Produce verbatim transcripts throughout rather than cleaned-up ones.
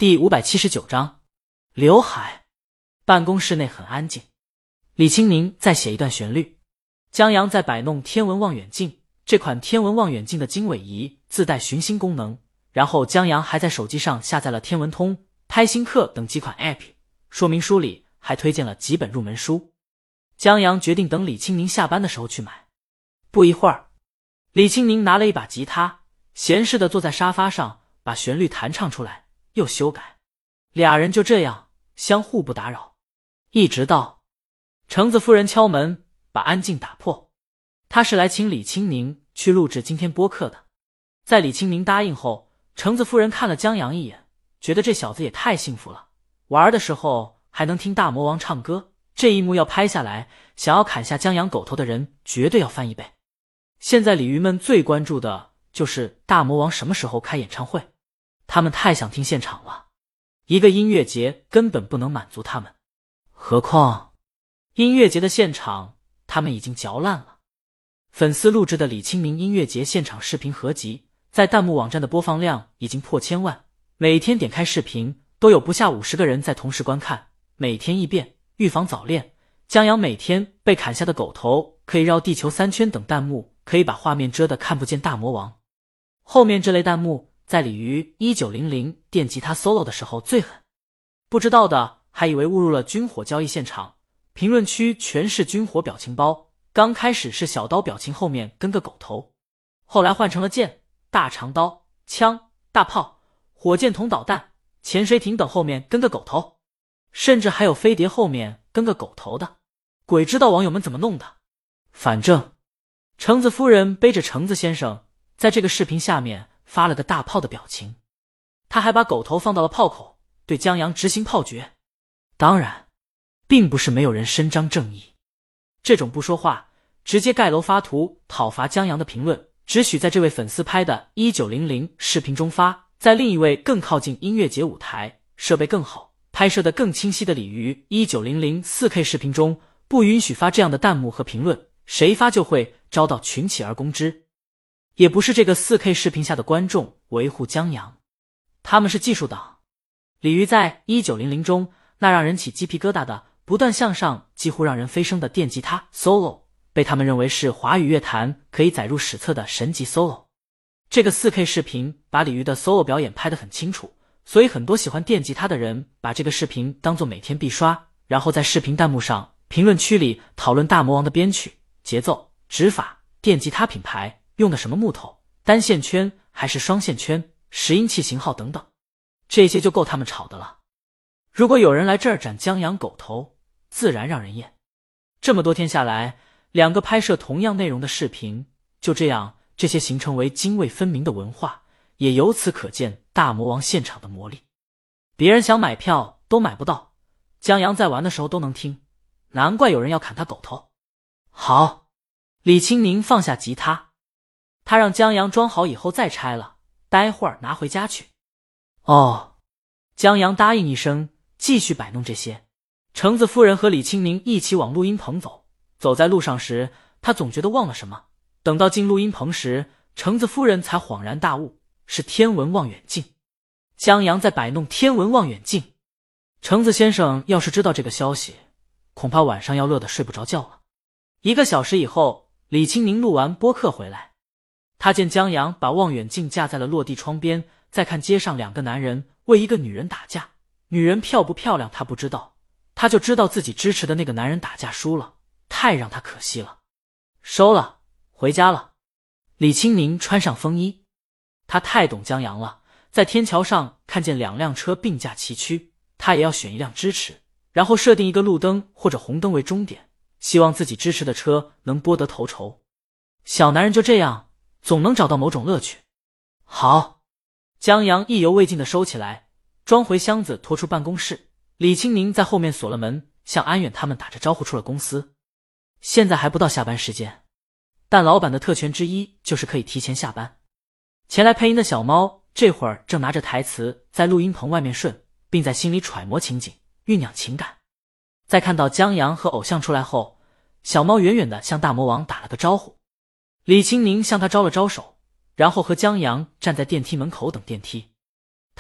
第五百七十九章刘海。办公室内很安静，李青宁在写一段旋律，江阳在摆弄天文望远镜。这款天文望远镜的经纬仪自带寻星功能，然后江阳还在手机上下载了天文通、拍星课等几款 A P P， 说明书里还推荐了几本入门书。江阳决定等李青宁下班的时候去买。不一会儿，李青宁拿了一把吉他，闲适地坐在沙发上，把旋律弹唱出来，又修改。俩人就这样相互不打扰，一直到橙子夫人敲门，把安静打破。她是来请李青宁去录制今天播客的。在李青宁答应后，橙子夫人看了江阳一眼，觉得这小子也太幸福了，玩的时候还能听大魔王唱歌，这一幕要拍下来，想要砍下江阳狗头的人绝对要翻一倍。现在鲤鱼们最关注的就是大魔王什么时候开演唱会，他们太想听现场了，一个音乐节根本不能满足他们，何况音乐节的现场他们已经嚼烂了。粉丝录制的李青宁音乐节现场视频合集在弹幕网站的播放量已经破千万，每天点开视频都有不下五十个人在同时观看。每天一变，预防早恋，江阳每天被砍下的狗头可以绕地球三圈等弹幕可以把画面遮得看不见大魔王。后面这类弹幕在鲤鱼一九零零电吉他 solo 的时候最狠，不知道的还以为误入了军火交易现场，评论区全是军火表情包。刚开始是小刀表情后面跟个狗头，后来换成了剑、大长刀、枪、大炮、火箭筒导弹、潜水艇等后面跟个狗头，甚至还有飞碟后面跟个狗头的，鬼知道网友们怎么弄的。反正橙子夫人背着橙子先生在这个视频下面发了个大炮的表情，他还把狗头放到了炮口，对江阳执行炮决。当然并不是没有人伸张正义，这种不说话直接盖楼发图讨伐江阳的评论只许在这位粉丝拍的一九零零视频中发，在另一位更靠近音乐节舞台、设备更好、拍摄得更清晰的鲤鱼一九零零 四 K 视频中不允许发这样的弹幕和评论，谁发就会遭到群起而攻之。也不是这个 四 K 视频下的观众维护江阳，他们是技术党。鲤鱼在一九零零中那让人起鸡皮疙瘩的不断向上几乎让人飞升的电吉他 solo 被他们认为是华语乐坛可以载入史册的神级 solo。 这个 四 K 视频把鲤鱼的 solo 表演拍得很清楚，所以很多喜欢电吉他的人把这个视频当作每天必刷，然后在视频弹幕上、评论区里讨论大魔王的编曲、节奏、指法、电吉他品牌用的什么木头、单线圈还是双线圈、拾音器型号等等，这些就够他们吵的了。如果有人来这儿斩江阳狗头，自然让人厌。这么多天下来，两个拍摄同样内容的视频，就这样这些形成为泾渭分明的文化，也由此可见大魔王现场的魔力。别人想买票都买不到，江阳在玩的时候都能听，难怪有人要砍他狗头。好，李青宁放下吉他，他让江阳装好以后再拆了，待会儿拿回家去。哦，江阳答应一声，继续摆弄这些。橙子夫人和李青宁一起往录音棚走，走在路上时，他总觉得忘了什么。等到进录音棚时，橙子夫人才恍然大悟，是天文望远镜。江阳在摆弄天文望远镜。橙子先生要是知道这个消息，恐怕晚上要乐得睡不着觉了。一个小时以后，李青宁录完播客回来，他见江阳把望远镜架在了落地窗边，再看街上两个男人为一个女人打架，女人漂不漂亮他不知道，他就知道自己支持的那个男人打架输了，太让他可惜了。收了，回家了。李青宁穿上风衣，他太懂江阳了，在天桥上看见两辆车并驾齐驱，他也要选一辆支持，然后设定一个路灯或者红灯为终点，希望自己支持的车能博得头筹。小男人就这样，总能找到某种乐趣。好，江阳意犹未尽地收起来，装回箱子拖出办公室。李青宁在后面锁了门，向安远他们打着招呼出了公司。现在还不到下班时间，但老板的特权之一就是可以提前下班。前来配音的小猫这会儿正拿着台词在录音棚外面顺，并在心里揣摩情景，酝酿情感。在看到江阳和偶像出来后，小猫远远地向大魔王打了个招呼。李青宁向他招了招手，然后和江阳站在电梯门口等电梯。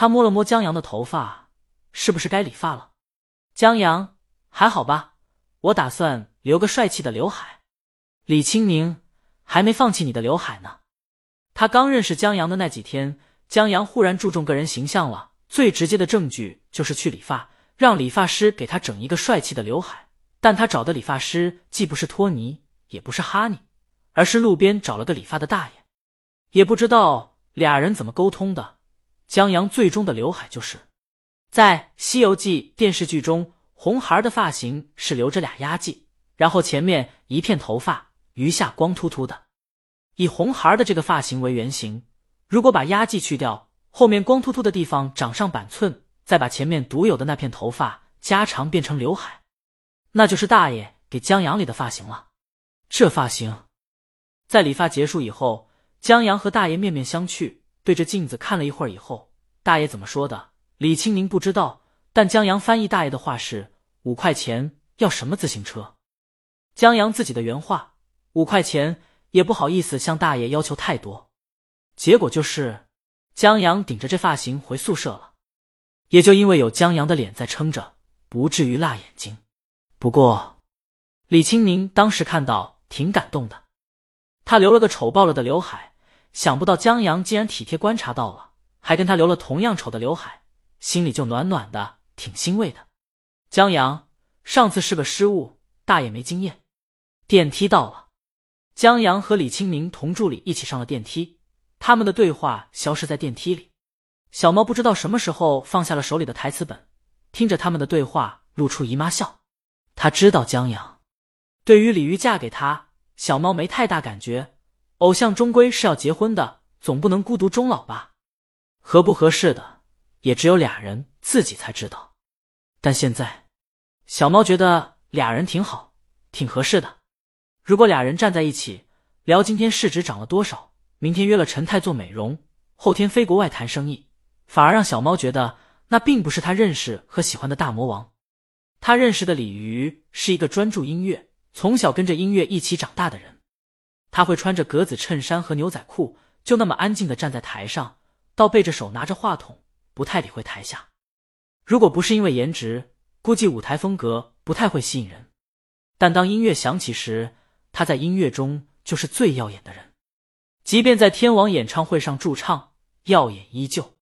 他摸了摸江阳的头发，是不是该理发了？江阳，还好吧？我打算留个帅气的刘海。李青宁，还没放弃你的刘海呢。他刚认识江阳的那几天，江阳忽然注重个人形象了，最直接的证据就是去理发，让理发师给他整一个帅气的刘海。但他找的理发师既不是托尼，也不是哈尼，而是路边找了个理发的大爷。也不知道俩人怎么沟通的，江阳最终的刘海就是在《西游记》电视剧中，红孩的发型是留着俩压髻，然后前面一片头发，余下光秃秃的。以红孩的这个发型为原型，如果把压髻去掉，后面光秃秃的地方长上板寸，再把前面独有的那片头发加长变成刘海，那就是大爷给江阳理的发型了。这发型在理发结束以后，江阳和大爷面面相觑，对着镜子看了一会儿以后，大爷怎么说的李青宁不知道，但江阳翻译大爷的话是五块钱要什么自行车。江阳自己的原话五块钱也不好意思向大爷要求太多，结果就是江阳顶着这发型回宿舍了。也就因为有江阳的脸在撑着，不至于辣眼睛。不过李青宁当时看到挺感动的，他留了个丑爆了的刘海，想不到江阳竟然体贴观察到了，还跟他留了同样丑的刘海，心里就暖暖的，挺欣慰的。江阳，上次是个失误，大爷没经验。电梯到了，江阳和李青宁同助理一起上了电梯，他们的对话消失在电梯里。小猫不知道什么时候放下了手里的台词本，听着他们的对话露出姨妈笑。他知道江阳对于鲤鱼嫁给他，小猫没太大感觉，偶像终归是要结婚的，总不能孤独终老吧。合不合适的也只有俩人自己才知道。但现在小猫觉得俩人挺好，挺合适的。如果俩人站在一起聊今天市值涨了多少，明天约了陈太做美容，后天飞国外谈生意，反而让小猫觉得那并不是他认识和喜欢的大魔王。他认识的鲤鱼是一个专注音乐，从小跟着音乐一起长大的人。他会穿着格子衬衫和牛仔裤，就那么安静地站在台上，倒背着手拿着话筒，不太理会台下。如果不是因为颜值，估计舞台风格不太会吸引人。但当音乐响起时，他在音乐中就是最耀眼的人。即便在天王演唱会上驻唱，耀眼依旧。